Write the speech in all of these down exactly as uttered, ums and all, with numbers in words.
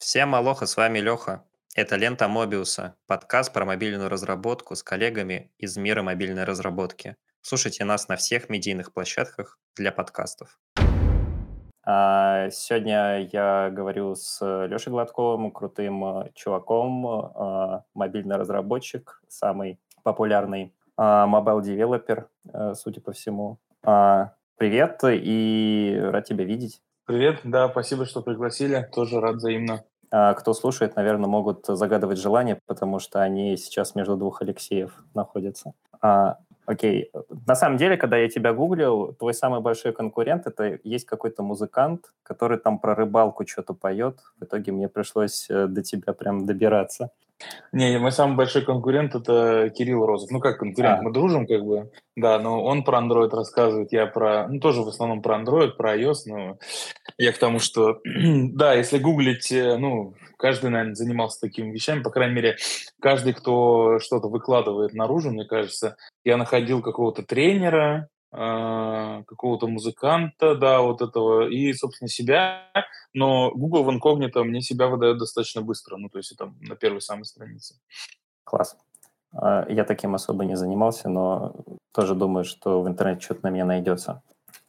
Всем алоха, с вами Леха. Это «Лента Мобиуса», подкаст про мобильную разработку с коллегами из мира мобильной разработки. Слушайте нас на всех медийных площадках для подкастов. А, Сегодня я говорю с Лешей Гладковым, крутым э, чуваком, э, мобильный разработчик, самый популярный мобайл-девелопер, судя по всему. А, Привет и рад тебя видеть. Привет, да, спасибо, что пригласили, тоже рад взаимно. А, Кто слушает, наверное, могут загадывать желание, потому что они сейчас между двух Алексеев находятся. А, окей. На самом деле, когда я тебя гуглил, твой самый большой конкурент — это есть какой-то музыкант, который там про рыбалку что-то поет. В итоге мне пришлось э, до тебя прям добираться. Не, мой самый большой конкурент — это Кирилл Розов. Ну, как конкурент, А, мы дружим, как бы, да, но он про Android рассказывает, я про, ну, тоже в основном про Android, про iOS, но я к тому, что, да, если гуглить, э, ну, каждый, наверное, занимался такими вещами, по крайней мере, каждый, кто что-то выкладывает наружу, мне кажется, я находил какого-то тренера, а, какого-то музыканта, да, вот этого, и, собственно, себя, но Google в инкогнито мне себя выдает достаточно быстро, ну, то есть это на первой самой странице. класс. А, Я таким особо не занимался, но тоже думаю, что в интернете что-то на меня найдется.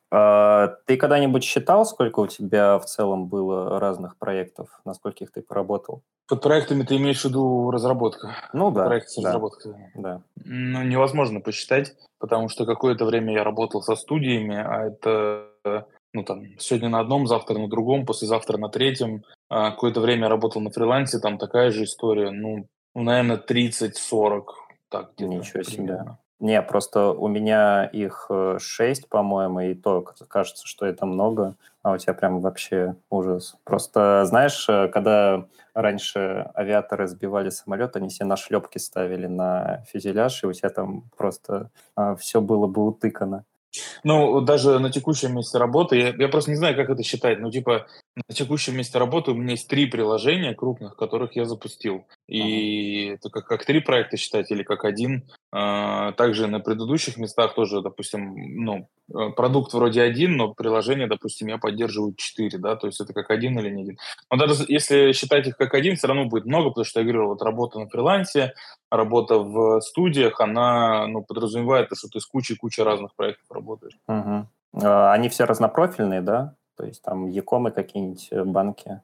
А, Ты когда-нибудь считал, сколько у тебя в целом было разных проектов, на скольких ты поработал? Под проектами ты имеешь в виду разработка? Ну да, Проект с да, разработкой. да. Ну, невозможно посчитать, потому что какое-то время я работал со студиями, а это, э, ну, там, сегодня на одном, завтра на другом, послезавтра на третьем. А какое-то время я работал на фрилансе, там такая же история, ну, ну наверное, тридцать-сорок, так где-то Ничего себе. примерно. Не, просто у меня их э, шесть, по-моему, и то к- кажется, что это много, а у тебя прям вообще ужас. Просто, знаешь, э, когда раньше авиаторы сбивали самолет, они себе на шлепки ставили на фюзеляж, и у тебя там просто все было бы утыкано. Ну, вот даже на текущем месте работы, я, я просто не знаю, как это считать. Ну, типа, на текущем месте работы у меня есть три приложения крупных, которых я запустил. Мгм. И это как, как три проекта считать или как один. А, также на предыдущих местах тоже, допустим, ну, э, продукт вроде один, но приложение, допустим, я поддерживаю четыре, да, то есть это как один или не один. Но даже если считать их как один, все равно будет много, потому что я говорю, вот работа на фрилансе, работа в студиях, она, ну, подразумевает, то, что ты с кучей-кучей разных проектов работаешь. Мгм. А, Они все разнопрофильные, да? То есть там якомы какие-нибудь, э, банки.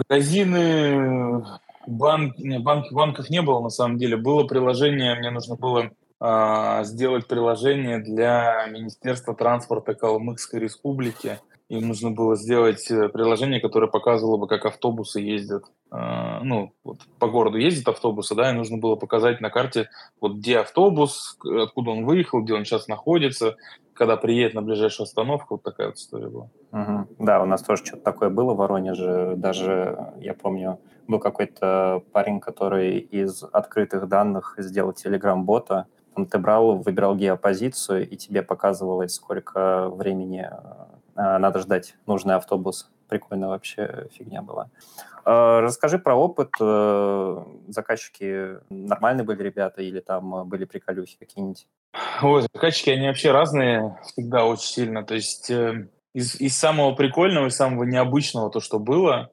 Магазины, банк, не, банк, банков не было на самом деле. Было приложение, мне нужно было а, сделать приложение для Министерства транспорта Калмыцкой Республики. Им нужно было сделать э, приложение, которое показывало бы, как автобусы ездят. А, ну, вот по городу ездят автобусы, да, и нужно было показать на карте, вот где автобус, к- откуда он выехал, где он сейчас находится, когда приедет на ближайшую остановку. Вот такая вот история была. Мгм. Да, у нас тоже что-то такое было в Воронеже. Даже, я помню, был какой-то парень, который из открытых данных сделал телеграм-бота. Там ты брал, выбирал геопозицию, и тебе показывалось, сколько времени э, надо ждать нужный автобус. Прикольно вообще фигня была. Э, Расскажи про опыт. Э, Заказчики нормальные были ребята или там э, были приколюхи какие-нибудь? Ой, заказчики, они вообще разные всегда очень сильно. То есть э, из, из самого прикольного, из самого необычного, то, что было,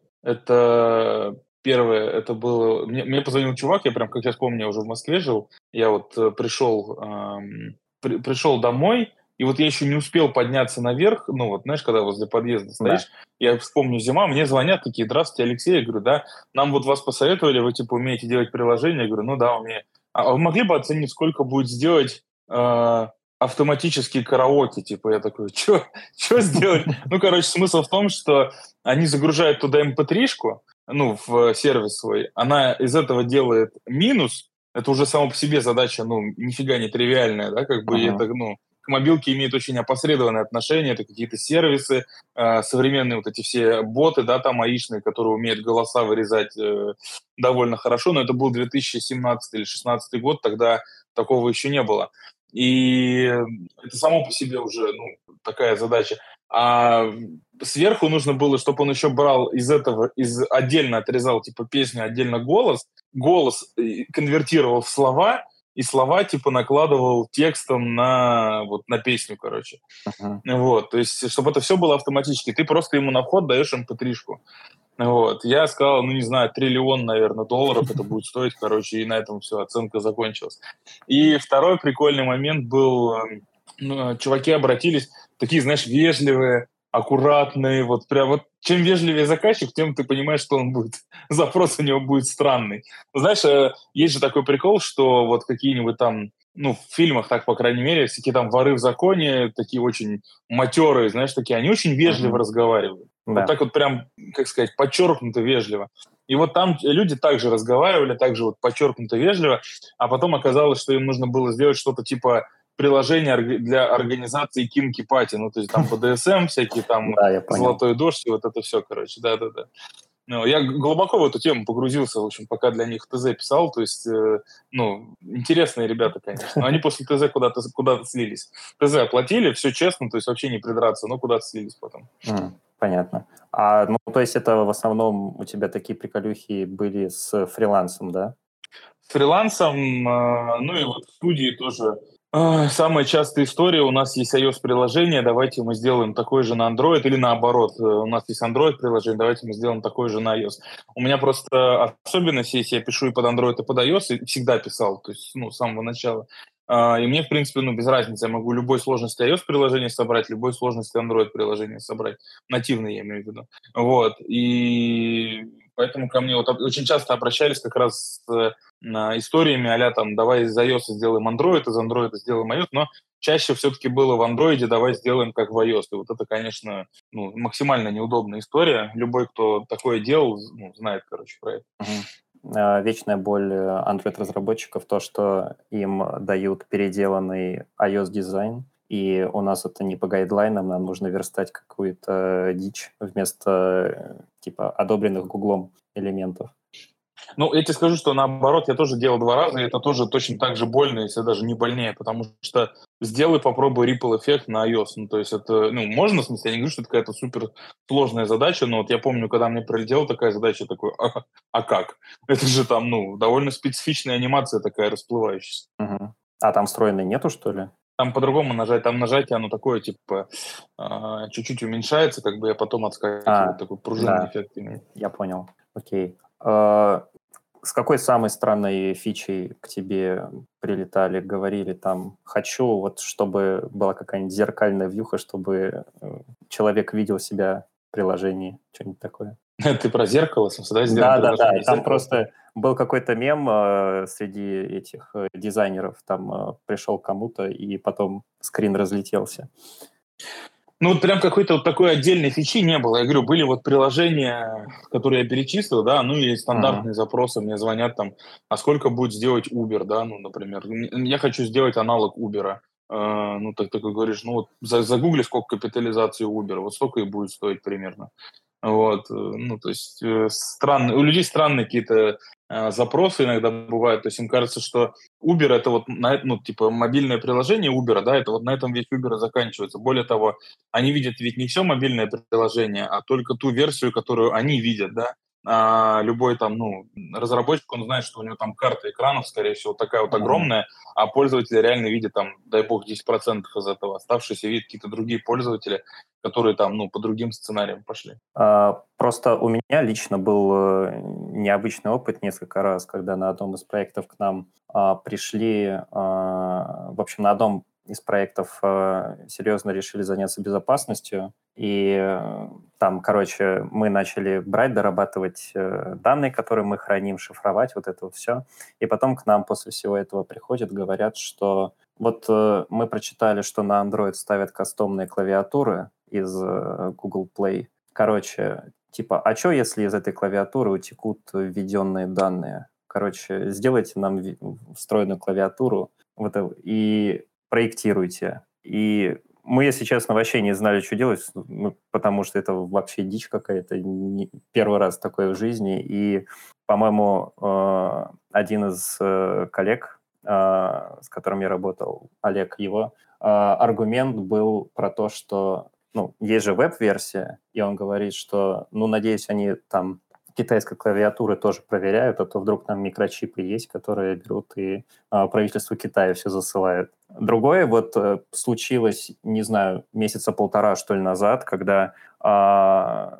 это первое, это было... Мне, мне позвонил чувак, я прям, как я помню, я уже в Москве жил, я вот э, пришел, эм, при- пришел домой, и вот я еще не успел подняться наверх, ну вот, знаешь, когда возле подъезда Да. стоишь, я вспомню, зима, мне звонят такие: здравствуйте, Алексей, я говорю, да, нам вот вас посоветовали, вы типа умеете делать приложение, я говорю, ну да, умею. А а вы могли бы оценить, сколько будет сделать а, автоматические караоке, типа, я такой, что сделать? Ну, короче, смысл в том, что они загружают туда эм пэ три-шку, ну, в сервис свой, она из этого делает минус, это уже само по себе задача, ну, нифига не тривиальная, да, как бы, и Мгм. это, ну, к мобилке имеет очень опосредованное отношение, это какие-то сервисы, э, современные вот эти все боты, да, там аишные, которые умеют голоса вырезать э, довольно хорошо, но это был две тысячи семнадцатый или шестнадцатый год, тогда такого еще не было. И это само по себе уже, ну, такая задача. А сверху нужно было, чтобы он еще брал из этого, из отдельно отрезал, типа, песню, отдельно голос, голос э, конвертировал в слова, и слова, типа, накладывал текстом на, вот, на песню, короче. Мгм. Вот, то есть, чтобы это все было автоматически. Ты просто ему на вход даешь эм пэ три-шку. Вот. Я сказал, ну, не знаю, триллион, наверное, долларов это будет стоить, короче, и на этом все, оценка закончилась. И второй прикольный момент был, эм, ну, чуваки обратились, такие, знаешь, вежливые, аккуратные, вот прям вот чем вежливее заказчик, тем ты понимаешь, что он будет, запрос у него будет странный. Знаешь, э, есть же такой прикол, что вот какие-нибудь там, ну, в фильмах так, по крайней мере, всякие там воры в законе, такие очень матерые, знаешь, такие, они очень вежливо Мгм. разговаривают. Вот Да. так вот прям, как сказать, подчеркнуто вежливо. И вот там люди также разговаривали, также вот подчеркнуто вежливо, а потом оказалось, что им нужно было сделать что-то типа приложения орг- для организации кинки-пати, ну, то есть там бэ дэ эс эм всякие, там Да, я понял. золотой дождь, и вот это все, короче, да-да-да. Ну, я г- глубоко в эту тему погрузился, в общем, пока для них тэ зэ писал, то есть, э, ну, интересные ребята, конечно. Но они после тэ зэ куда-то куда слились. тэ зэ оплатили, все честно, то есть вообще не придраться, но куда-то слились потом. М, Понятно. А, ну, то есть это в основном у тебя такие приколюхи были с фрилансом, да? С фрилансом, э, ну и вот в студии тоже. А, Самая частая история, у нас есть iOS-приложение, давайте мы сделаем такое же на Android, или наоборот, э, у нас есть Android-приложение, давайте мы сделаем такое же на iOS. У меня просто особенность есть, я пишу и под Android, и под iOS, и всегда писал, то есть, ну, с самого начала. А, И мне, в принципе, ну, без разницы, я могу любой сложности iOS-приложение собрать, любой сложности Android-приложение собрать, нативное я имею в виду. Вот, и поэтому ко мне вот очень часто обращались как раз с а, историями а там давай из iOS сделаем Android, из Android сделаем iOS, но чаще все-таки было в Android, давай сделаем как в iOS. И вот это, конечно, ну, максимально неудобная история. Любой, кто такое делал, ну, знает, короче, про это. Мгм. А, Вечная боль э, Android-разработчиков то, что им дают переделанный iOS-дизайн, и у нас это не по гайдлайнам, нам нужно верстать какую-то дичь вместо э, типа одобренных Гуглом элементов. Ну, я тебе скажу, что наоборот, я тоже делал два раза, и это тоже точно так же больно, если даже не больнее, потому что сделай, попробуй ripple эффект на iOS. Ну, то есть это, ну, можно, в смысле, я не говорю, что это какая-то супер сложная задача, но вот я помню, когда мне прилетела такая задача, такой, а, а как? Это же там, ну, довольно специфичная анимация такая расплывающаяся. Мгм. А там встроенной нету, что ли? Там по-другому нажать, там нажатие, оно такое, типа, а, чуть-чуть уменьшается, как бы, я потом отскакивает, А, такой пружинный да, эффект имеет. я понял. Окей. А, С какой самой странной фичей к тебе прилетали, говорили там, хочу, вот чтобы была какая-нибудь зеркальная вьюха, чтобы э, человек видел себя в приложении, что-нибудь такое? Ты про зеркало, в смысле, да, сделаем Да, да, да. приложение И там зеркало? просто был какой-то мем э, среди этих э, дизайнеров, там э, пришел кому-то, и потом скрин разлетелся. Ну, вот прям какой-то вот такой отдельной фичи не было. Я говорю, были вот приложения, которые я перечислил, да, ну и Мгм. стандартные запросы. Мне звонят там, а сколько будет сделать Uber, да, ну, например. М, Я хочу сделать аналог Uber. Э, Ну, ты такой говоришь, ну, вот за- загугли, сколько капитализации Uber, вот столько и будет стоить примерно. Вот, э, ну, то есть э, странные, у людей странные какие-то э, запросы иногда бывают. То есть им кажется, что Uber это вот, на, э- ну, типа мобильное приложение Uber, да, это вот на этом весь Uber и заканчивается. Более того, они видят ведь не все мобильное приложение, а только ту версию, которую они видят, да. А любой там, ну, разработчик, он знает, что у него там карта экранов, скорее всего, такая вот Мгм. огромная, а пользователи реально видят там, дай бог, десять процентов из этого. Оставшиеся видят какие-то другие пользователи, которые там, ну, по другим сценариям пошли. А, Просто у меня лично был э, необычный опыт несколько раз, когда на одном из проектов к нам а, пришли, а, в общем, на одном из проектов а, серьезно решили заняться безопасностью, и э, там, короче, мы начали брать, дорабатывать э, данные, которые мы храним, шифровать, вот это вот все, и потом к нам после всего этого приходят, говорят, что вот э, мы прочитали, что на Android ставят кастомные клавиатуры из э, Google Play. Короче, типа, а что, если из этой клавиатуры утекут введенные данные? Короче, сделайте нам ви- встроенную клавиатуру вот, это- и проектируйте. И мы, если честно, вообще не знали, что делать, ну, потому что это вообще дичь какая-то. Не- Первый раз такое в жизни. И, по-моему, э, один из э, коллег, э, с которым я работал, Олег его, э, аргумент был про то, что ну, есть же веб-версия, и он говорит, что, ну, надеюсь, они там китайской клавиатуры тоже проверяют, а то вдруг там микрочипы есть, которые берут и а, правительству Китая все засылают. Другое вот э, случилось, не знаю, месяца полтора, что ли, назад, когда, а, ну,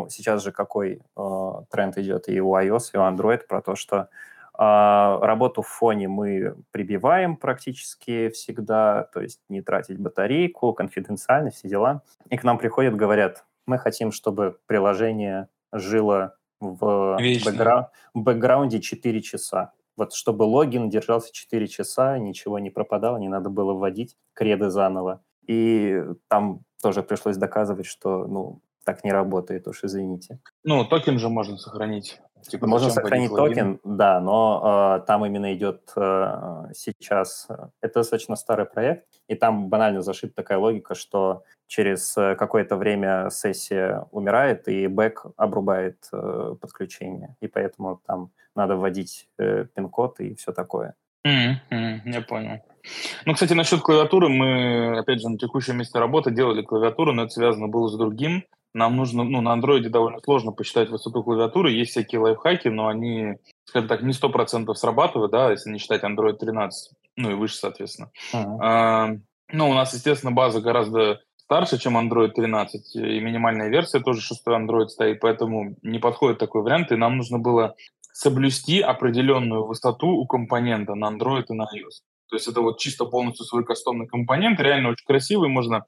ну, сейчас же какой э, тренд идет и у iOS, и у Android про то, что а, работу в фоне мы прибиваем практически всегда, то есть не тратить батарейку, конфиденциальность, все дела. И к нам приходят, говорят, мы хотим, чтобы приложение жило в Вечно. бэкграу- в бэкграунде четыре часа. Вот чтобы логин держался четыре часа, ничего не пропадало, не надо было вводить кредо заново. И там тоже пришлось доказывать, что, ну, так не работает, уж извините. Ну, токен же можно сохранить. Типа, Можно зачем вводить сохранить логин? токен, да, но э, там именно идет э, сейчас... э, Это достаточно старый проект, и там банально зашита такая логика, что через э, какое-то время сессия умирает, и бэк обрубает э, подключение. И поэтому там надо вводить э, пин-код и все такое. Мгм, мгм, я понял. Ну, кстати, насчет клавиатуры, мы, опять же, на текущем месте работы делали клавиатуру, но это связано было с другим. Нам нужно, ну, на андроиде довольно сложно посчитать высоту клавиатуры, есть всякие лайфхаки, но они, скажем так, не сто процентов срабатывают, да, если не считать Android тринадцать, ну и выше, соответственно. Мгм. А, ну, у нас, естественно, база гораздо старше, чем Android тринадцать, и минимальная версия тоже шестой Android стоит, поэтому не подходит такой вариант, и нам нужно было соблюсти определенную высоту у компонента на Android и на iOS. То есть это вот чисто полностью свой кастомный компонент, реально очень красивый, можно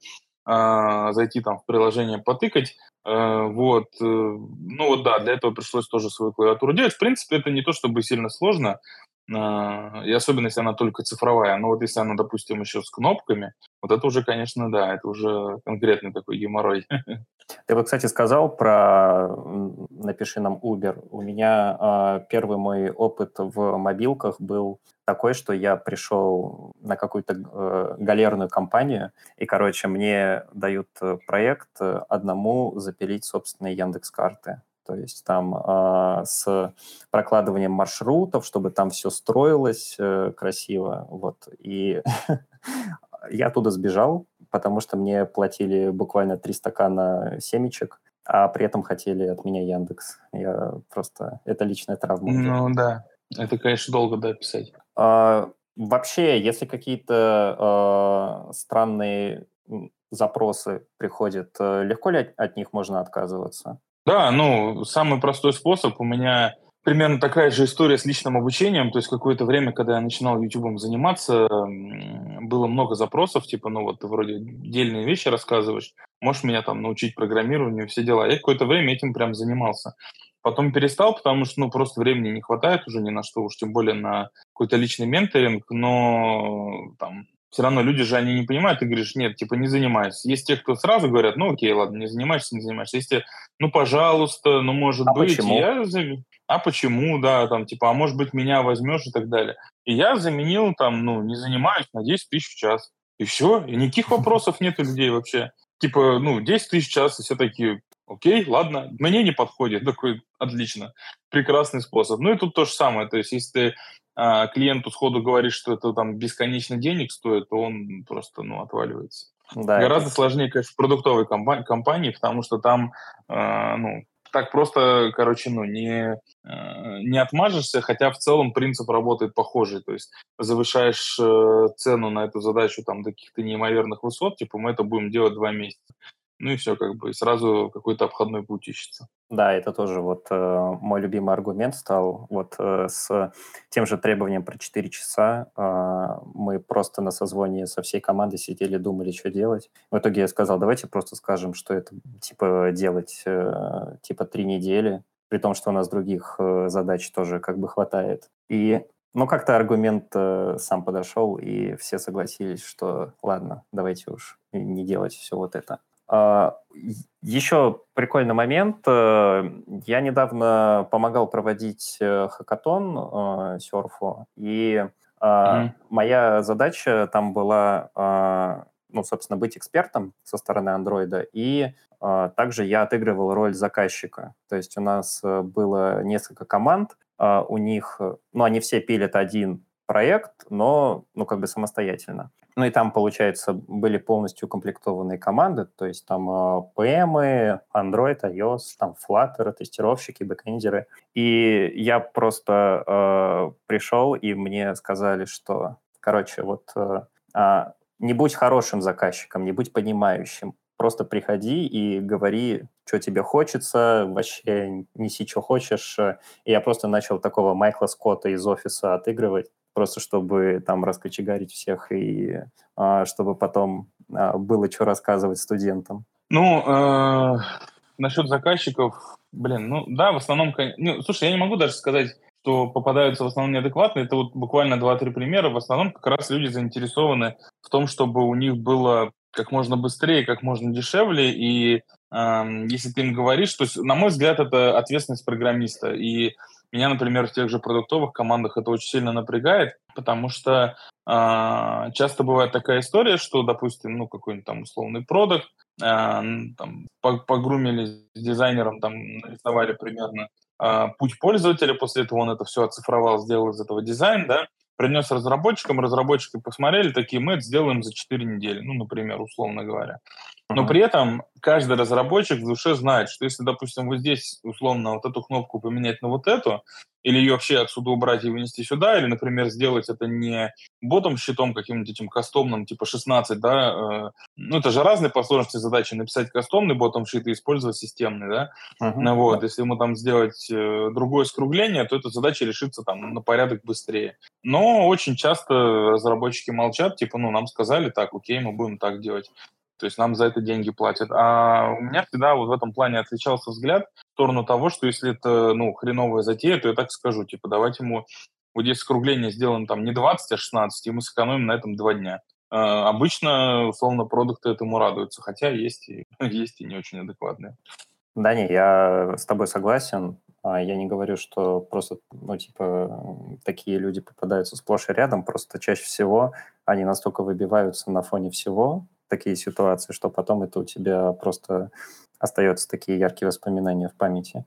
э, зайти там в приложение, потыкать. Э, вот, э, ну вот да, для этого пришлось тоже свою клавиатуру делать. В принципе, это не то чтобы сильно сложно, э, и особенно если она только цифровая. Но вот если она, допустим, еще с кнопками, вот это уже, конечно, да, это уже конкретный такой геморрой. Ты вот, кстати, сказал про м, «напиши нам Uber». У меня а, первый мой опыт в мобилках был такой, что я пришел на какую-то э, галерную компанию, и, короче, мне дают э, проект э, одному запилить собственные Яндекс.Карты. То есть там а, с прокладыванием маршрутов, чтобы там все строилось э, красиво. Вот. И я оттуда сбежал, потому что мне платили буквально три стакана семечек, а при этом хотели от меня Яндекс. Я просто... Это личная травма уже. Ну да, это, конечно, долго, да, писать. А, вообще, если какие-то а, странные м, запросы приходят, э, легко ли от, от них можно отказываться? Да, ну, самый простой способ. У меня примерно такая же история с личным обучением. То есть какое-то время, когда я начинал ютубом заниматься, м, было много запросов, типа, ну вот ты вроде дельные вещи рассказываешь, можешь меня там научить программированию, все дела. Я какое-то время этим прям занимался. Потом перестал, потому что, ну, просто времени не хватает уже ни на что, уж тем более на какой-то личный менторинг, но там все равно люди же, они не понимают, ты говоришь, нет, типа, не занимайся. Есть те, кто сразу говорят, ну, окей, ладно, не занимаешься, не занимаешься. Есть те, ну, пожалуйста, ну, может А быть, и почему? я зам- а почему, да, там, типа, а может быть, меня возьмешь и так далее. И я заменил, там, ну, не занимаюсь на десять тысяч в час. И все, и никаких вопросов нет у людей вообще. Типа, ну, десять тысяч в час, и все такие, окей, ладно, мне не подходит, такой, отлично, прекрасный способ. Ну, и тут то же самое, то есть, если ты а, клиенту сходу говоришь, что это там бесконечно денег стоит, то он просто, ну, отваливается. Да, это... Гораздо сложнее, конечно, в продуктовой компа- компании, потому что там, э, ну, так просто, короче, ну, не, э, не отмажешься, хотя в целом принцип работает похожий. То есть завышаешь э, цену на эту задачу там до каких-то неимоверных высот, типа мы это будем делать два месяца. Ну и все, как бы, и сразу какой-то обходной путь ищется. Да, это тоже вот э, мой любимый аргумент стал. Вот э, с тем же требованием про четыре часа э, мы просто на созвоне со всей командой сидели, думали, что делать. В итоге я сказал, давайте просто скажем, что это типа делать э, типа три недели, при том, что у нас других э, задач тоже как бы хватает. И ну, как-то аргумент э, сам подошел, и все согласились, что ладно, давайте уж не делать все вот это. А, Еще прикольный момент. э, Я недавно помогал проводить э, хакатон э, серфу, и а, Мгм. моя задача там была, а, ну, собственно, быть экспертом со стороны андроида, и а, также я отыгрывал роль заказчика. То есть у нас э, было несколько команд, а, у них, э, ну, они все пилят один проект, но, ну, как бы самостоятельно. Ну и там, получается, были полностью укомплектованные команды, то есть там э, пи эм, Android, iOS, там Flutter, тестировщики, бэкэндеры. И я просто э, пришел, и мне сказали, что, короче, вот э, а, не будь хорошим заказчиком, не будь понимающим, просто приходи и говори, что тебе хочется, вообще неси, что хочешь. И я просто начал такого Майкла Скотта из «Офиса» отыгрывать, просто чтобы там раскочегарить всех и а, чтобы потом а, было что рассказывать студентам. Ну, э, насчет заказчиков, блин, ну да, в основном, кон- ну, слушай, я не могу даже сказать, что попадаются в основном неадекватные. Это вот буквально два-три примера. В основном как раз люди заинтересованы в том, чтобы у них было как можно быстрее, как можно дешевле. И эм, если ты им говоришь, то есть, на мой взгляд, это ответственность программиста. И меня, например, в тех же продуктовых командах это очень сильно напрягает, потому что а, часто бывает такая история, что, допустим, ну, какой-нибудь там условный продукт, а, н- там, по- погрумились с дизайнером, там, нарисовали примерно а, путь пользователя, после этого он это все оцифровал, сделал из этого дизайн, да, принес разработчикам, разработчики посмотрели, такие, мы это сделаем за четыре недели, ну, например, условно говоря. Но Мгм. при этом каждый разработчик в душе знает, что если, допустим, вот здесь условно вот эту кнопку поменять на вот эту, или ее вообще отсюда убрать и вынести сюда, или, например, сделать это не ботом-щитом каким-нибудь этим кастомным, типа шестнадцать, да, э, ну, это же разные по сложности задачи, написать кастомный ботом-щит и использовать системный, да, Мгм. ну вот, Да. если ему там сделать э, другое скругление, то эта задача решится там на порядок быстрее. Но очень часто разработчики молчат, типа, ну, нам сказали так, окей, мы будем так делать. То есть нам за это деньги платят. А у меня всегда вот в этом плане отличался взгляд в сторону того, что если это, ну, хреновая затея, то я так скажу, типа, давайте ему вот если скругление сделано там не двадцать, а шестнадцать, и мы сэкономим на этом два дня. А, обычно, условно, продукты этому радуются, хотя есть и, есть и не очень адекватные. Да не, я с тобой согласен. А, Я не говорю, что просто, ну, типа, м, такие люди попадаются сплошь и рядом, просто чаще всего они настолько выбиваются на фоне всего, такие ситуации, что потом это у тебя просто остается такие яркие воспоминания в памяти.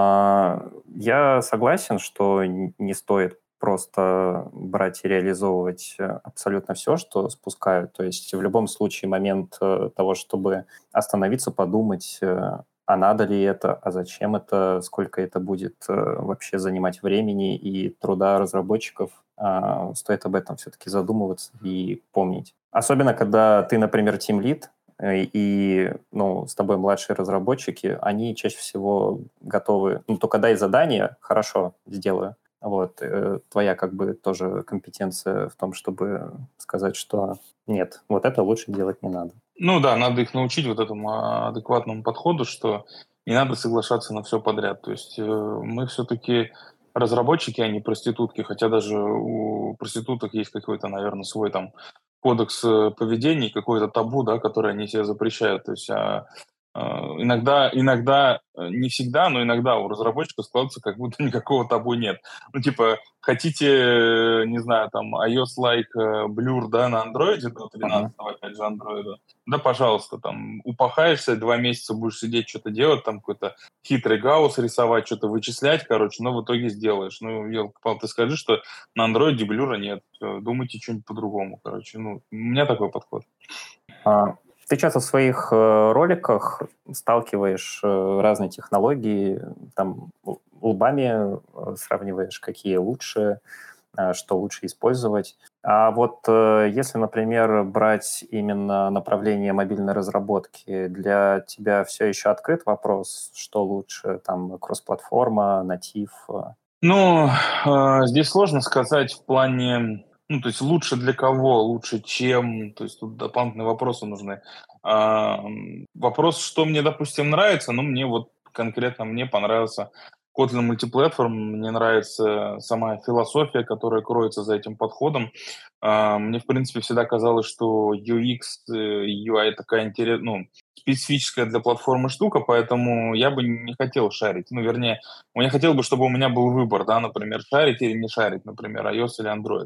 А, Я согласен, что н- не стоит просто брать и реализовывать э, абсолютно все, что спускают. То есть в любом случае момент э, того, чтобы остановиться, подумать, э, а надо ли это, а зачем это, сколько это будет э, вообще занимать времени и труда разработчиков. А, стоит об этом все-таки задумываться и помнить. Особенно, когда ты, например, тимлид, э, и ну, с тобой младшие разработчики, они чаще всего готовы, ну, только дай задание, хорошо, сделаю. Вот, э, твоя как бы тоже компетенция в том, чтобы сказать, что нет, вот это лучше делать не надо. Ну да, надо их научить вот этому а, адекватному подходу, что не надо соглашаться на все подряд. То есть э, мы все-таки разработчики, а не проститутки, хотя даже у проституток есть какой-то, наверное, свой там кодекс э, поведения, и какое-то табу, да, которое они себе запрещают. То есть а, а, иногда, иногда, э, не всегда, но иногда у разработчиков складывается, как будто никакого табу нет. Ну, типа, хотите, э, не знаю, там, iOS-like э, Blur, да, на андроиде, до Мгм. тринадцатого, опять же, андроида, да, пожалуйста, там, упахаешься, два месяца будешь сидеть, что-то делать, там, какой-то хитрый гаусс рисовать, что-то вычислять, короче, но в итоге сделаешь. Ну, елки-пал, ты скажи, что на андроиде блюра нет, э, думайте что-нибудь по-другому, короче. Ну, у меня такой подход. А, Ты часто в своих э, роликах сталкиваешь э, разные технологии, там л- лбами э, сравниваешь, какие лучше, э, что лучше использовать. А вот э, если, например, брать именно направление мобильной разработки, для тебя все еще открыт вопрос, что лучше, там, кроссплатформа, натив? э? Ну, э, здесь сложно сказать в плане, ну, то есть лучше для кого, лучше чем, то есть тут дополнительные вопросы нужны. А, м, вопрос, что мне, допустим, нравится, ну, мне вот конкретно мне понравился Kotlin Multiplatform, мне нравится сама философия, которая кроется за этим подходом. А, мне, в принципе, всегда казалось, что ю экс, э, ю ай такая интересная, ну, специфическая для платформы штука, поэтому я бы не хотел шарить. Ну, вернее, я хотел бы, чтобы у меня был выбор, да, например, шарить или не шарить, например, iOS или Android.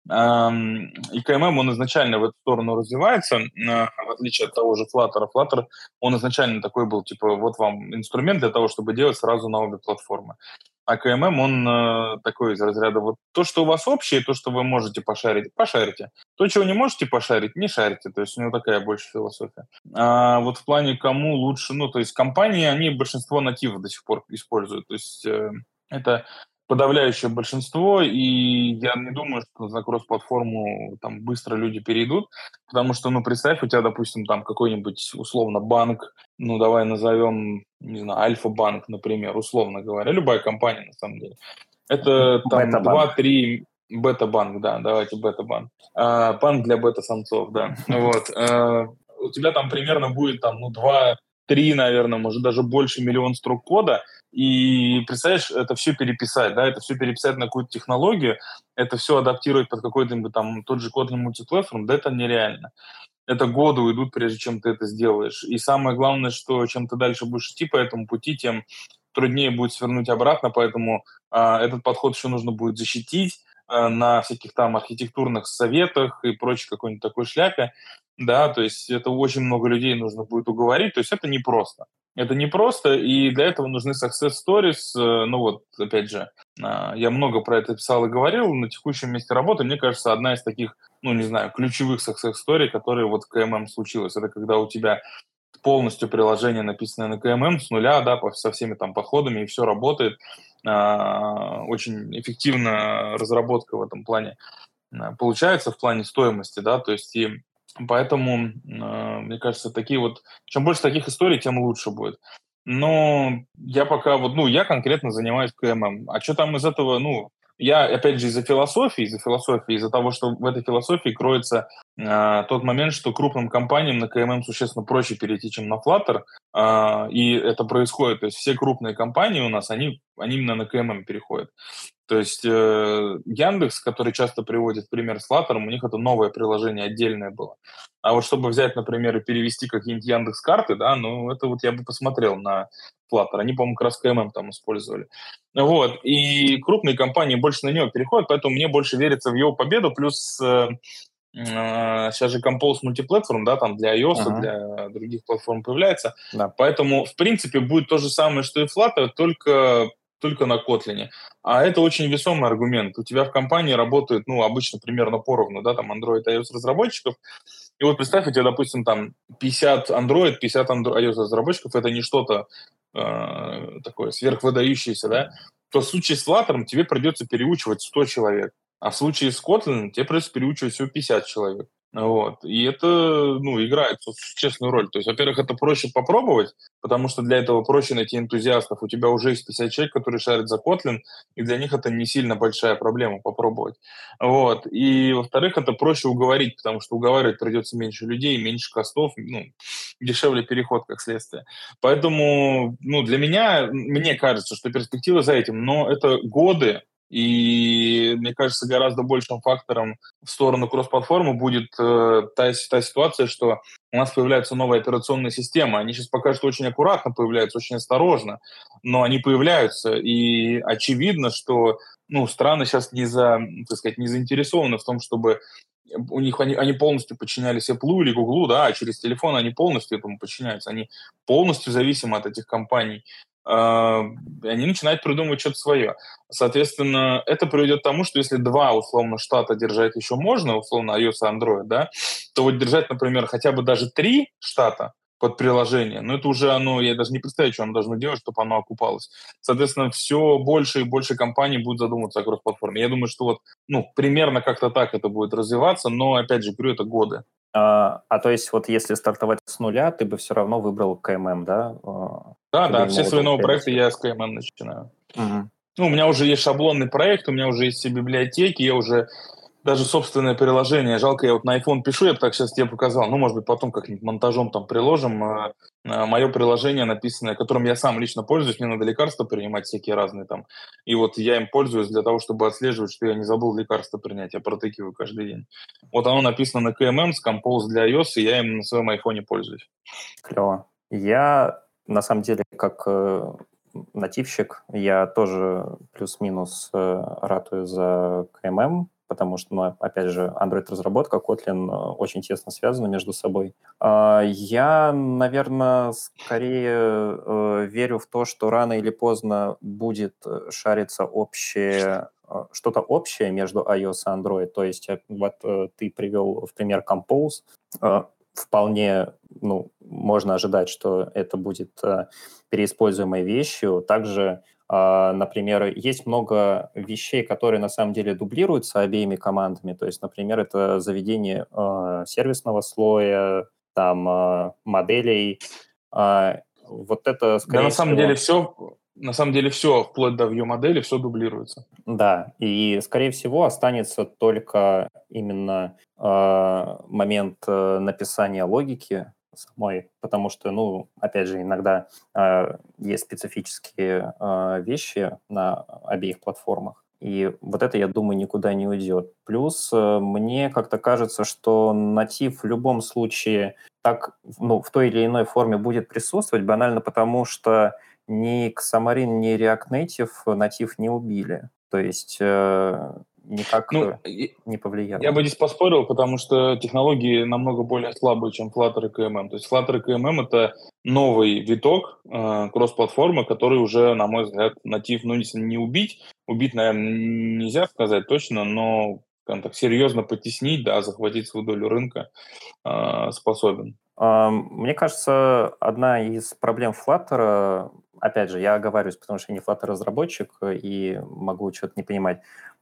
Ам, И ка эм эм, он изначально в эту сторону развивается, а, в отличие от того же Flutter. Flutter, он изначально такой был, типа, вот вам инструмент для того, чтобы делать сразу на обе платформы. А ка эм эм, он э, такой из разряда, вот то, что у вас общее, то, что вы можете пошарить, пошарите. То, чего не можете пошарить, не шарите. То есть у него такая больше философия. А вот в плане кому лучше, ну, то есть компании, они большинство нативов до сих пор используют. То есть э, это подавляющее большинство, и я не думаю, что на кросс-платформу там быстро люди перейдут, потому что, ну, представь, у тебя, допустим, там какой-нибудь, условно, банк, ну, давай назовем, не знаю, Альфа-банк, например, условно говоря, любая компания, на самом деле. Это там Бета-банк. два-три бета-банк, да, давайте бета-банк. А, банк для бета-самцов, да. Вот. А, у тебя там примерно будет там, ну, два-три, наверное, может, даже больше миллион строк кода, и, представляешь, это все переписать, да, это все переписать на какую-то технологию, это все адаптировать под какой-то там тот же Kotlin мультиплатформ, да, это нереально. Это годы уйдут, прежде чем ты это сделаешь. И самое главное, что чем ты дальше будешь идти по этому пути, тем труднее будет свернуть обратно, поэтому а, этот подход еще нужно будет защитить а, на всяких там архитектурных советах и прочей какой-нибудь такой шляпе, да, то есть это очень много людей нужно будет уговорить, то есть это непросто. Это непросто, и для этого нужны success stories, э, ну вот, опять же, а, я много про это писал и говорил, на текущем месте работы, мне кажется, одна из таких, ну, не знаю, ключевых success story, которые вот в ка эм эм случилось, это когда у тебя полностью приложение, написанное на ка эм эм, с нуля, да, по, со всеми там подходами, и все работает. А, очень эффективная разработка в этом плане а, получается, в плане стоимости, да, то есть и поэтому, а, мне кажется, такие вот, чем больше таких историй, тем лучше будет. Но я пока вот, ну, я конкретно занимаюсь ка эм эм. А что там из этого, ну, я, опять же, из-за философии, из-за философии, из-за того, что в этой философии кроется а, тот момент, что крупным компаниям на ка эм эм существенно проще перейти, чем на Flutter, а, и это происходит. То есть все крупные компании у нас, они, они именно на ка эм эм переходят. То есть э, Яндекс, который часто приводит в пример с Flutter, у них это новое приложение отдельное было. А вот чтобы взять, например, и перевести какие-нибудь Яндекс-карты, да, ну это вот я бы посмотрел на Flutter. Они, по-моему, как раз ка эм эм там использовали. Вот. И крупные компании больше на него переходят, поэтому мне больше верится в его победу. Плюс э, э, сейчас же Compose мультиплатформ, да, там для iOS, Мгм. для других платформ появляется. Да. Поэтому, в принципе, будет то же самое, что и Flutter, только, только на Kotlin. А это очень весомый аргумент. У тебя в компании работает, ну, обычно примерно поровну, да, там Android и iOS разработчиков. И вот представь, у тебя, допустим, там пятьдесят Android, пятьдесят iOS разработчиков, это не что-то э, такое сверхвыдающееся, да. То в случае с Flutter тебе придется переучивать сто человек. А в случае с Kotlin тебе придется переучивать всего пятьдесят человек. Вот. И это, ну, играет существенную роль. То есть, во-первых, это проще попробовать, потому что для этого проще найти энтузиастов. У тебя уже есть пятьдесят человек, которые шарят за Kotlin, и для них это не сильно большая проблема попробовать. Вот. И, во-вторых, это проще уговорить, потому что уговаривать придется меньше людей, меньше костов, ну, дешевле переход, как следствие. Поэтому, ну, для меня, мне кажется, что перспектива за этим, но это годы, и, мне кажется, гораздо большим фактором в сторону кросс-платформы будет э, та, та ситуация, что у нас появляются новые операционные системы. Они сейчас пока что очень аккуратно появляются, очень осторожно, но они появляются. И очевидно, что ну, страны сейчас не, за, так сказать, не заинтересованы в том, чтобы у них они, они полностью подчинялись Apple или Google, да, а через телефон они полностью этому подчиняются. Они полностью зависимы от этих компаний. Э, они начинают придумывать что-то свое. Соответственно, это приведет к тому, что если два, условно, штата держать еще можно, условно, iOS и Android, да, то вот держать, например, хотя бы даже три штата под приложение, ну, это уже оно, я даже не представляю, что оно должно делать, чтобы оно окупалось. Соответственно, все больше и больше компаний будут задумываться о кросс-платформе. Я думаю, что вот, ну, примерно как-то так это будет развиваться, но, опять же, говорю, это годы. А, а то есть вот если стартовать с нуля, ты бы все равно выбрал ка эм эм, да? А, Да, Ты бы да, ему все свои отдал новые проекты приоритет. я с ка эм эм начинаю. Мгм. Ну, у меня уже есть шаблонный проект, у меня уже есть все библиотеки, я уже даже собственное приложение. Жалко, я вот на iPhone пишу, я бы так сейчас тебе показал. Ну, может быть, потом как-нибудь монтажом там приложим. Э, э, Мое приложение написанное, которым я сам лично пользуюсь, мне надо лекарства принимать всякие разные там. И вот я им пользуюсь для того, чтобы отслеживать, что я не забыл лекарства принять. Я протыкиваю каждый день. Вот оно написано на ка эм эм с Compose для iOS, и я им на своем айфоне пользуюсь. Клево. Я, на самом деле, как э, нативщик, я тоже плюс-минус э, ратую за ка эм эм, потому что, ну, опять же, Android-разработка, Kotlin э, очень тесно связаны между собой. А, Я, наверное, скорее э, верю в то, что рано или поздно будет э, шариться общее, э, что-то общее между iOS и Android. То есть э, вот э, ты привел в пример Compose. Э, Вполне, ну, можно ожидать, что это будет э, переиспользуемой вещью. Также А, Например, есть много вещей, которые на самом деле дублируются обеими командами. То есть, например, это заведение а, сервисного слоя, там а, моделей. А, Вот это, Да, на скорее самом деле всего, все, на самом деле все, вплоть до view-модели, все дублируется. да. И, скорее всего, останется только именно а, момент э, написания логики самой, потому что, ну, опять же, иногда а, есть специфические а, вещи на обеих платформах. И вот это, я думаю, никуда не уйдет. Плюс э, мне как-то кажется, что натив в любом случае так, ну, в той или иной форме будет присутствовать, банально потому, что ни Xamarin, ни React Native натив не убили. То есть э, никак Ну, э, не я повлияло. бы здесь поспорил, потому что технологии намного более слабые, чем Flutter и кей эм эм. То есть Flutter и кей эм эм — это новый виток э, кросс-платформы, который уже, на мой взгляд, натив, ну, если не убить, убить, наверное, нельзя сказать точно, но скажем так, серьезно потеснить, да, захватить свою долю рынка э, способен. Ам, Мне кажется, одна из проблем Flutter, опять же, я оговариваюсь, потому что я не Flutter-разработчик и могу что-то не понимать,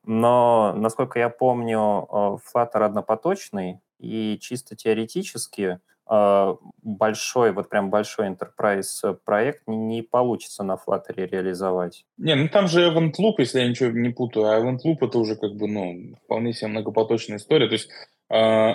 но, насколько я помню, э, Flutter однопоточный, и чисто теоретически э, большой, вот прям большой enterprise проект не не получится на Flutter реализовать. Не, ну там же Event Loop, если я ничего не путаю, а Event Loop — это уже как бы, ну, вполне себе многопоточная история. То есть а,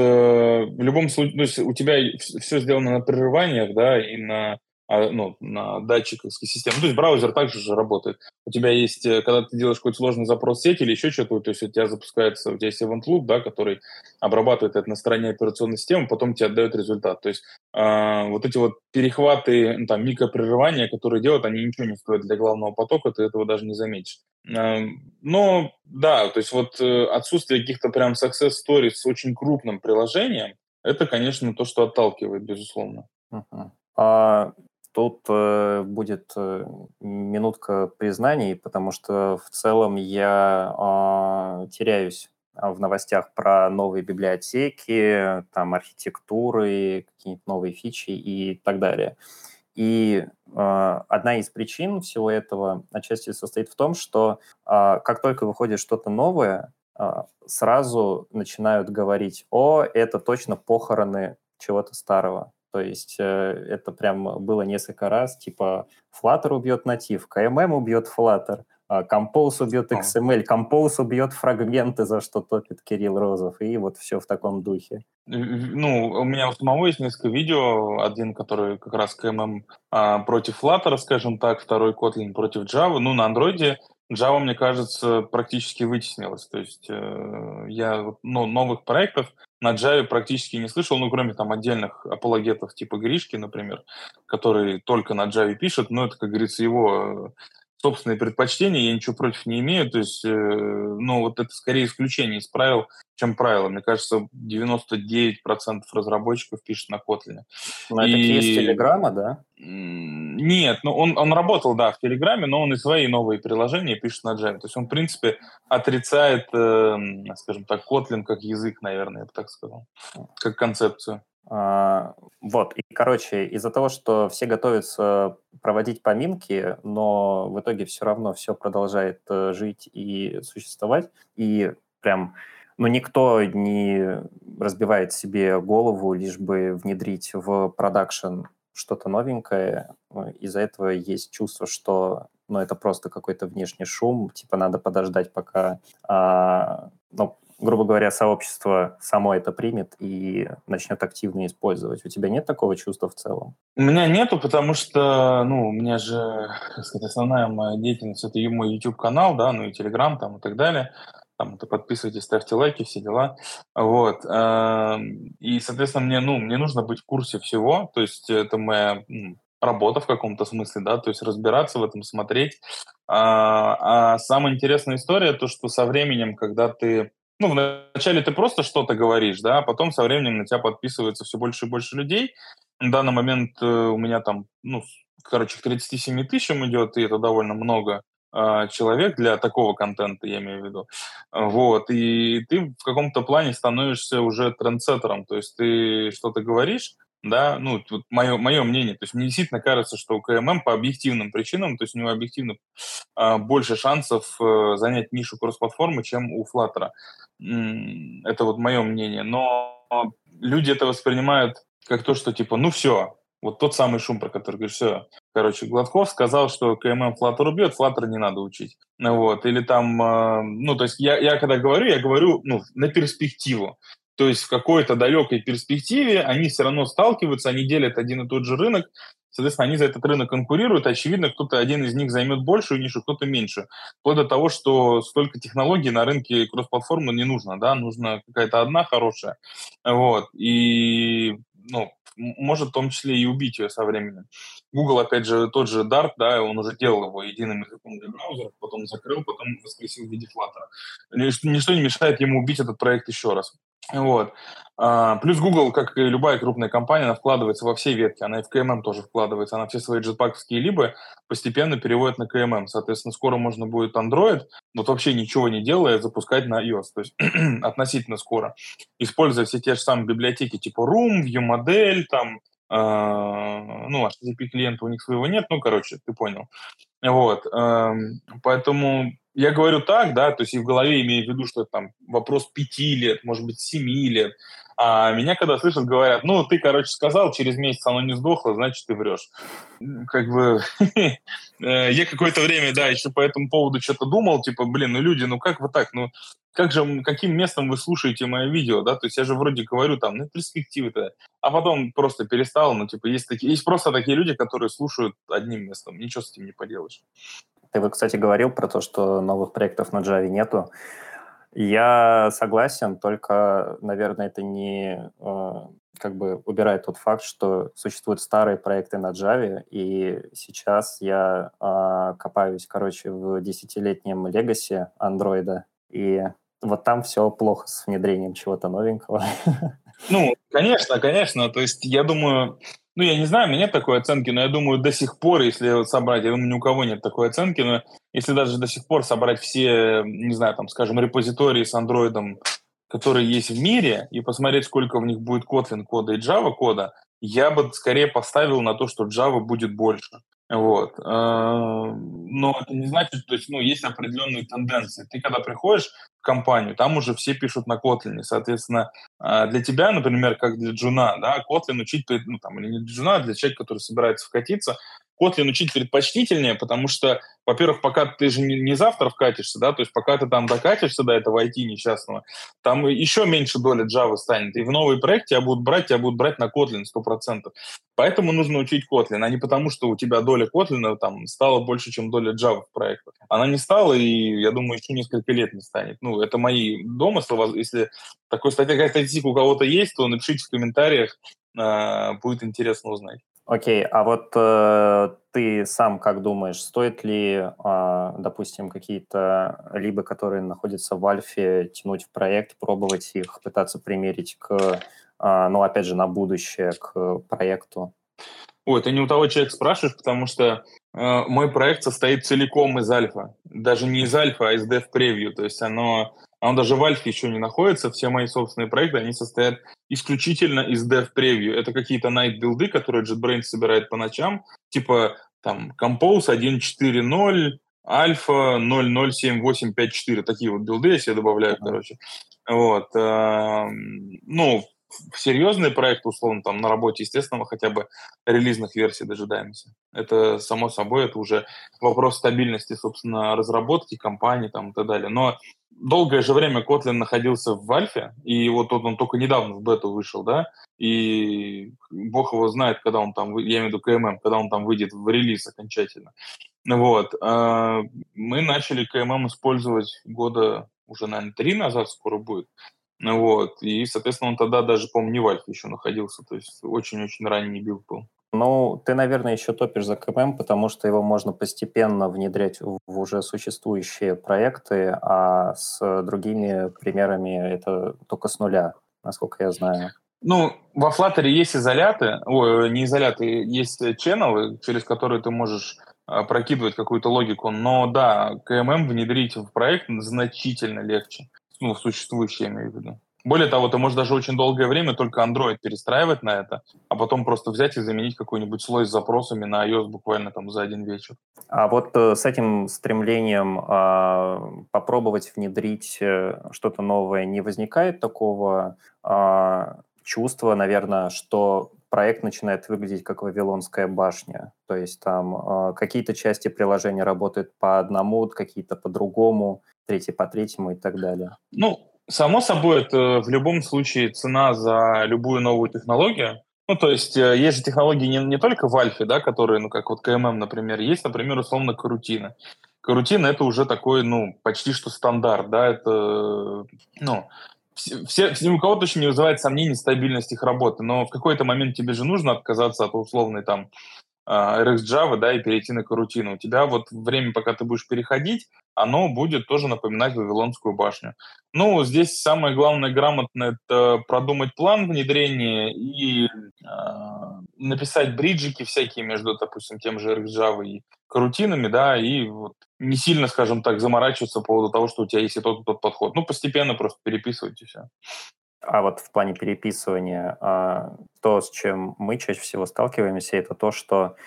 это в любом случае, то есть у тебя все сделано на прерываниях, да, и на, а, ну, на датчиках системы. Ну, то есть браузер также же работает. У тебя есть, э, когда ты делаешь какой-то сложный запрос в сеть или еще что-то, то есть у тебя запускается, у тебя есть Event Loop, да, который обрабатывает это на стороне операционной системы, потом тебе отдает результат. То есть а, вот эти вот перехваты, ну, там, микропрерывания, которые делают, они ничего не стоят для главного потока, ты этого даже не заметишь. А, Но, да, то есть вот э, отсутствие каких-то прям success stories с очень крупным приложением, это, конечно, то, что отталкивает, безусловно. Мгм. А, Тут э, будет э, минутка признаний, потому что в целом я а, теряюсь а, в новостях про новые библиотеки, там архитектуры, какие-нибудь новые фичи и так далее. И а, одна из причин всего этого отчасти состоит в том, что а, как только выходит что-то новое, а, сразу начинают говорить: «О, это точно похороны чего-то старого». То есть э, это прям было несколько раз, типа Flutter убьет натив, кей эм эм убьет Flutter, а, Compose убьет О. икс эм эль, Compose убьет фрагменты, за что топит Кирилл Розов, и вот все в таком духе. Ну, у меня у самого есть несколько видео. Один, который как раз кей эм эм а, против Flutter, скажем так, второй Kotlin против Java. Ну, на андроиде Java, мне кажется, практически вытеснилась. То есть э, я вот, ну, новых проектов на Java практически не слышал, ну, кроме там отдельных апологетов типа Гришки, например, который только на Java пишет, но это, как говорится, его э, собственные предпочтения, я ничего против не имею. То есть, э, ну, вот это скорее исключение из правил, чем правило. Мне кажется, девяносто девять процентов разработчиков пишет на Kotlin. Но это кейс И Телеграма, да? м, нет, ну он, он работал, да, в Телеграме, но он и свои новые приложения пишет на Java. То есть он, в принципе, отрицает, э, скажем так, Kotlin как язык, наверное, я бы так сказал, как концепцию. А, Вот, и, короче, из-за того, что все готовятся проводить поминки, но в итоге все равно все продолжает э, жить и существовать, и прям, ну, никто не разбивает себе голову, лишь бы внедрить в продакшн что-то новенькое. э, Из-за этого есть чувство, что, ну, это просто какой-то внешний шум, типа надо подождать, пока, а, ну, грубо говоря, сообщество само это примет и начнет активно использовать. У тебя нет такого чувства в целом? У меня нету, потому что, ну, у меня же, как сказать, основная моя деятельность — это и мой YouTube-канал, да, ну и Telegram там и так далее. Там это подписывайтесь, ставьте лайки, все дела. Вот. эм, И, соответственно, мне, ну, мне нужно быть в курсе всего. То есть это моя м, работа в каком-то смысле, да, то есть разбираться в этом, смотреть. А, а самая интересная история то, что со временем, когда ты, ну, вначале ты просто что-то говоришь, да, а потом со временем на тебя подписывается все больше и больше людей. На данный момент э, у меня там, ну, с- короче, к тридцати семи тысячам идет, и это довольно много а, человек для такого контента, я имею в виду. А, Вот, и ты в каком-то плане становишься уже трендсеттером, то есть ты что-то говоришь, да, ну, вот мое, мое мнение, то есть мне действительно кажется, что у КММ по объективным причинам, то есть у него объективно а, больше шансов э, занять нишу кросс-платформы, чем у Flutter. М, Это вот мое мнение. Но люди это воспринимают как то, что типа, ну все, вот тот самый шум, про который говоришь, все. Короче, Гладков сказал, что КММ Flutter убьет, Flutter не надо учить. Ну вот, или там, э, ну, то есть я, я когда говорю, я говорю, ну, на перспективу. То есть в какой-то далекой перспективе они все равно сталкиваются, они делят один и тот же рынок, соответственно, они за этот рынок конкурируют, очевидно, кто-то один из них займет большую нишу, кто-то меньше. Вплоть до того, что столько технологий на рынке кросс-платформы не нужно, да, нужна какая-то одна хорошая, вот, и, ну, может в том числе и убить ее со временем. Google, опять же, тот же Dart, да, он уже делал его единым языком для браузеров, потом закрыл, потом воскресил в виде Flutter. Ничто, ничто не мешает ему убить этот проект еще раз. Вот. А, плюс Google, как и любая крупная компания, она вкладывается во все ветки, она и в КММ тоже вкладывается, она все свои джетпаковские либо постепенно переводит на КММ. Соответственно, скоро можно будет Android, вот вообще ничего не делая, запускать на iOS, то есть относительно скоро, используя все те же самые библиотеки типа Room, ViewModel, там, э, ну, эйч ти ти пи клиента у них своего нет, ну, короче, ты понял. Вот, эм, поэтому я говорю так, да, то есть и в голове имею в виду, что это там вопрос пяти лет, может быть, семи лет. А меня когда слышат, говорят, ну, ты, короче, сказал, через месяц оно не сдохло, значит, ты врешь. М, Как бы э, я какое-то время, да, еще по этому поводу что-то думал, типа, блин, ну, люди, ну, как вы так, ну, как же, м, каким местом вы слушаете мое видео, да, то есть я же вроде говорю там, ну, перспективы-то, а потом просто перестал, ну, типа, есть, такие, есть просто такие люди, которые слушают одним местом, ничего с этим не поделаешь. Ты вот, кстати, говорил про то, что новых проектов на Java нету. Я согласен, только, наверное, это не э, как бы убирает тот факт, что существуют старые проекты на Java, и сейчас я э, копаюсь, короче, в десятилетнем легаси андроида, и вот там все плохо с внедрением чего-то новенького. Ну, конечно, конечно. То есть я думаю, ну, я не знаю, у меня нет такой оценки, но я думаю, до сих пор, если вот собрать, я думаю, ни у кого нет такой оценки, но если даже до сих пор собрать все, не знаю, там, скажем, репозитории с андроидом, которые есть в мире, и посмотреть, сколько в них будет Kotlin кода и Java кода, я бы скорее поставил на то, что Java будет больше. Вот. Э, Но это не значит, то есть, ну, есть определенные тенденции. Ты когда приходишь в компанию, там уже все пишут на Kotlin, соответственно, а, для тебя, например, как для джуна, да, Kotlin учить, пред- ну, там, или не для джуна, а для человека, который собирается вкатиться, Kotlin учить предпочтительнее, потому что, во-первых, пока ты же не, не завтра вкатишься, да, то есть пока ты там докатишься до этого ай ти несчастного, там еще меньше доля Java станет, и в новый проект тебя будут брать, тебя будут брать на Kotlin сто процентов. Поэтому нужно учить Kotlin, а не потому, что у тебя доля Kotlin там стала больше, чем доля Java в проектах. Она не стала, и, я думаю, еще несколько лет не станет. Ну, это мои домыслы. Воз- Если такой статья, такая статистика у кого-то есть, то напишите в комментариях, а, будет интересно узнать. Окей, а вот э, ты сам как думаешь, стоит ли, а, допустим, какие-то либо, которые находятся в альфе, тянуть в проект, пробовать их, пытаться примерить к, а, ну, опять же, на будущее, к проекту? Ой, ты не у того человека спрашиваешь, потому что э, мой проект состоит целиком из альфа. Даже не из альфа, а из dev preview. То есть оно, оно даже в альфе еще не находится. Все мои собственные проекты, они состоят исключительно из dev preview. Это какие-то night билды, которые JetBrains собирает по ночам. Типа там Compose один точка четыре ноль, Альфа ноль ноль семь восемь пять четыре. Такие вот билды я себе добавляю, Мгм. короче. Вот. эм, Ну, в серьезные проекты, условно, там на работе, естественно, мы хотя бы релизных версий дожидаемся. Это, само собой, это уже вопрос стабильности, собственно, разработки, компании там, и так далее. Но долгое же время Kotlin находился в альфе, и вот он, он только недавно в бету вышел, да, и бог его знает, когда он там, вы- я имею в виду КММ, когда он там выйдет в релиз окончательно. Вот. а, Мы начали КММ использовать года уже, наверное, три назад скоро будет. Ну вот. И, соответственно, он тогда даже, по-моему, не в альфе еще находился. То есть очень-очень ранний билд был. Ну, ты, наверное, еще топишь за КММ, потому что его можно постепенно внедрять в в уже существующие проекты, а с другими примерами это только с нуля, насколько я знаю. Ну, во Flutter есть изоляты, ой, не изоляты, есть э, ченнелы, через которые ты можешь а, прокидывать какую-то логику. Но да, КММ внедрить в проект значительно легче. Ну, в существующий, я имею в виду. Более того, ты можешь даже очень долгое время только Android перестраивать на это, а потом просто взять и заменить какой-нибудь слой с запросами на iOS буквально там за один вечер. А вот э, с этим стремлением а, попробовать внедрить э, что-то новое не возникает такого а, чувства, наверное, что проект начинает выглядеть как Вавилонская башня? То есть там а, какие-то части приложения работают по одному, какие-то по другому, третьи по третьему и так далее. Ну, само собой, это в любом случае цена за любую новую технологию. Ну, то есть э, есть же технологии не, не только в альфе, да, которые, ну, как вот ка эм эм, например, есть, например, условно, карутина. Карутина — это уже такой, ну, почти что стандарт, да, это, э, ну, все, все, ни у кого точно не вызывает сомнений стабильность их работы, но в какой-то момент тебе же нужно отказаться от условной там а, эр икс Java, да, и перейти на карутину. У тебя вот время, пока ты будешь переходить, оно будет тоже напоминать Вавилонскую башню. Ну, здесь самое главное грамотно — это продумать план внедрения и а, написать бриджики всякие между, допустим, тем же эр икс Java и карутинами, да, и вот не сильно, скажем так, заморачиваться по поводу того, что у тебя есть и тот, и тот подход. Ну, постепенно просто переписывать и все. А вот в плане переписывания, а, то, с чем мы чаще всего сталкиваемся, это то, что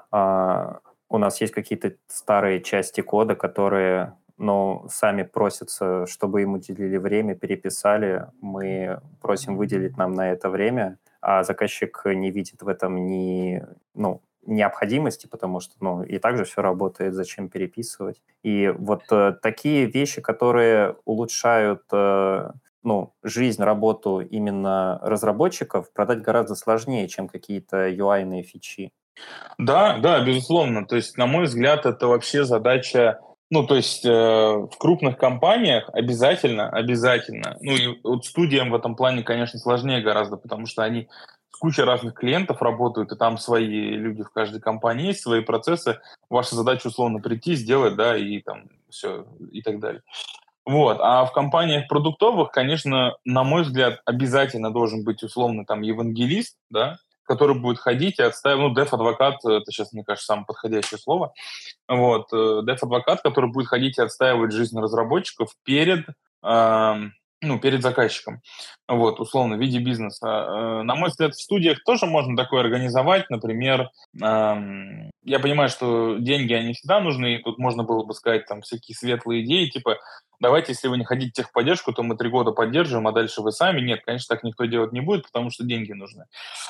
а, у нас есть какие-то старые части кода, которые, ну, сами просятся, чтобы им уделили время, переписали. Мы просим выделить нам на это время, а заказчик не видит в этом ни, ну, необходимости, потому что, ну, и так же все работает, зачем переписывать. И вот э, такие вещи, которые улучшают э, ну, жизнь, работу именно разработчиков, продать гораздо сложнее, чем какие-то ю ай-ные фичи. Да, да, безусловно. То есть, на мой взгляд, это вообще задача, ну, то есть, э, в крупных компаниях обязательно, обязательно, ну, и вот студиям в этом плане, конечно, сложнее гораздо, потому что они с кучей разных клиентов работают, и там свои люди в каждой компании есть, свои процессы. Ваша задача, условно, прийти, сделать, да, и там все, и так далее. Вот. А в компаниях продуктовых, конечно, на мой взгляд, обязательно должен быть условно там евангелист, да, который будет ходить и отстаивать, ну, дев-адвокат, это сейчас, мне кажется, самое подходящее слово, вот, э, дев-адвокат, который будет ходить и отстаивать жизнь разработчиков перед, ам, ну, перед заказчиком, вот, условно, в виде бизнеса. Э, На мой взгляд, в студиях тоже можно такое организовать, например, ам, я понимаю, что деньги, они всегда нужны, и тут можно было бы сказать там всякие светлые идеи, типа, давайте, если вы не хотите техподдержку, то мы три года поддерживаем, а дальше вы сами. Нет, конечно, так никто делать не будет, потому что деньги нужны.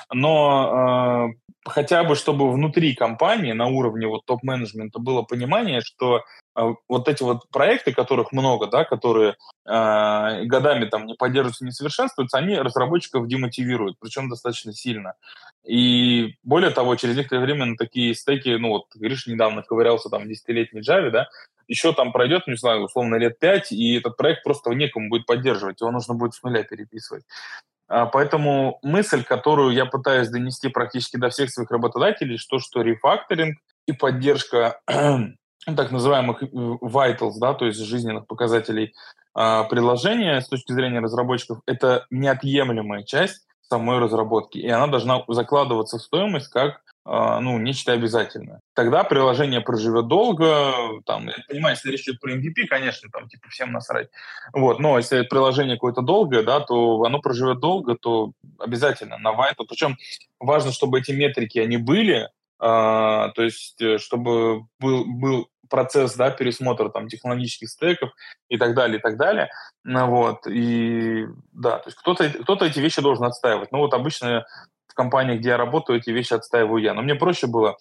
Но э, хотя бы, чтобы внутри компании на уровне вот топ-менеджмента было понимание, что э, вот эти вот проекты, которых много, да, которые э, годами там не поддерживаются, не совершенствуются, они разработчиков демотивируют, причем достаточно сильно. И более того, через некоторое время на такие стеки, ну вот, Гриш недавно ковырялся там в десятилетней Java, да, еще там пройдет, не знаю, условно, лет пять, и этот проект просто некому будет поддерживать, его нужно будет с нуля переписывать. А, Поэтому мысль, которую я пытаюсь донести практически до всех своих работодателей, что, что рефакторинг и поддержка так называемых э, vitals, да, то есть жизненных показателей а, приложения с точки зрения разработчиков, это неотъемлемая часть самой разработки, и она должна закладываться в стоимость как а, ну, нечто обязательное. Тогда приложение проживет долго, там, я понимаю, если речь идет про эм ви пи, конечно, там, типа, всем насрать, вот, но если приложение какое-то долгое, да, то оно проживет долго, то обязательно на Vital. Причем важно, чтобы эти метрики, они были, а, то есть э, чтобы был, был процесс, да, пересмотра там технологических стеков и так далее, и так далее. Ну, вот, и да, то есть кто-то, кто-то эти вещи должен отстаивать. Ну вот обычно в компании, где я работаю, эти вещи отстаиваю я. Но мне проще было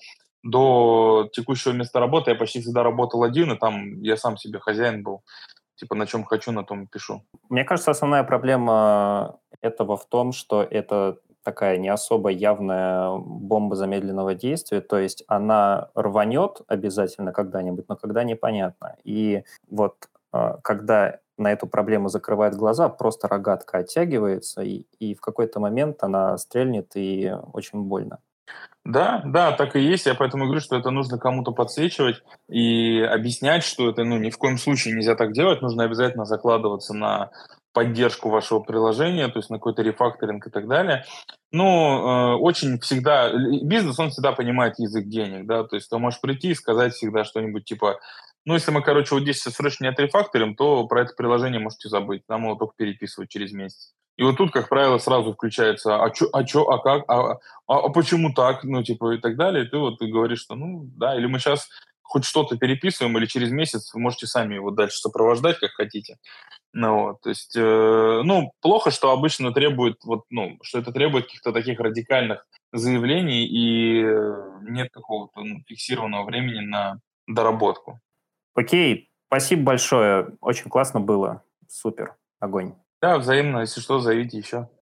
до текущего места работы, я почти всегда работал один, и там я сам себе хозяин был. Типа на чем хочу, на том и пишу. Мне кажется, основная проблема этого в том, что это такая не особо явная бомба замедленного действия, то есть она рванет обязательно когда-нибудь, но когда непонятно. И вот а, когда на эту проблему закрывают глаза, просто рогатка оттягивается, и, и в какой-то момент она стрельнет, и очень больно. Да, да, так и есть. Я поэтому говорю, что это нужно кому-то подсвечивать и объяснять, что это, ну, ни в коем случае нельзя так делать. Нужно обязательно закладываться на поддержку вашего приложения, то есть на какой-то рефакторинг и так далее. Ну, э, очень всегда... л- Бизнес, он всегда понимает язык денег, да, то есть ты можешь прийти и сказать всегда что-нибудь типа, ну, если мы, короче, вот здесь срочно не отрефакторим, то про это приложение можете забыть, нам его только переписывать через месяц. И вот тут, как правило, сразу включается: а чё, а чё, а как, а, а, а почему так? Ну, типа, и так далее. И ты вот ты говоришь, что, ну, да, или мы сейчас хоть что-то переписываем, или через месяц вы можете сами его дальше сопровождать, как хотите. Ну вот, то есть, э, ну, плохо, что обычно требует, вот, ну, что это требует каких-то таких радикальных заявлений, и э, нет какого-то, ну, фиксированного времени на доработку. Окей, спасибо большое. Очень классно было. Супер. Огонь. Да, взаимно, если что, зовите еще.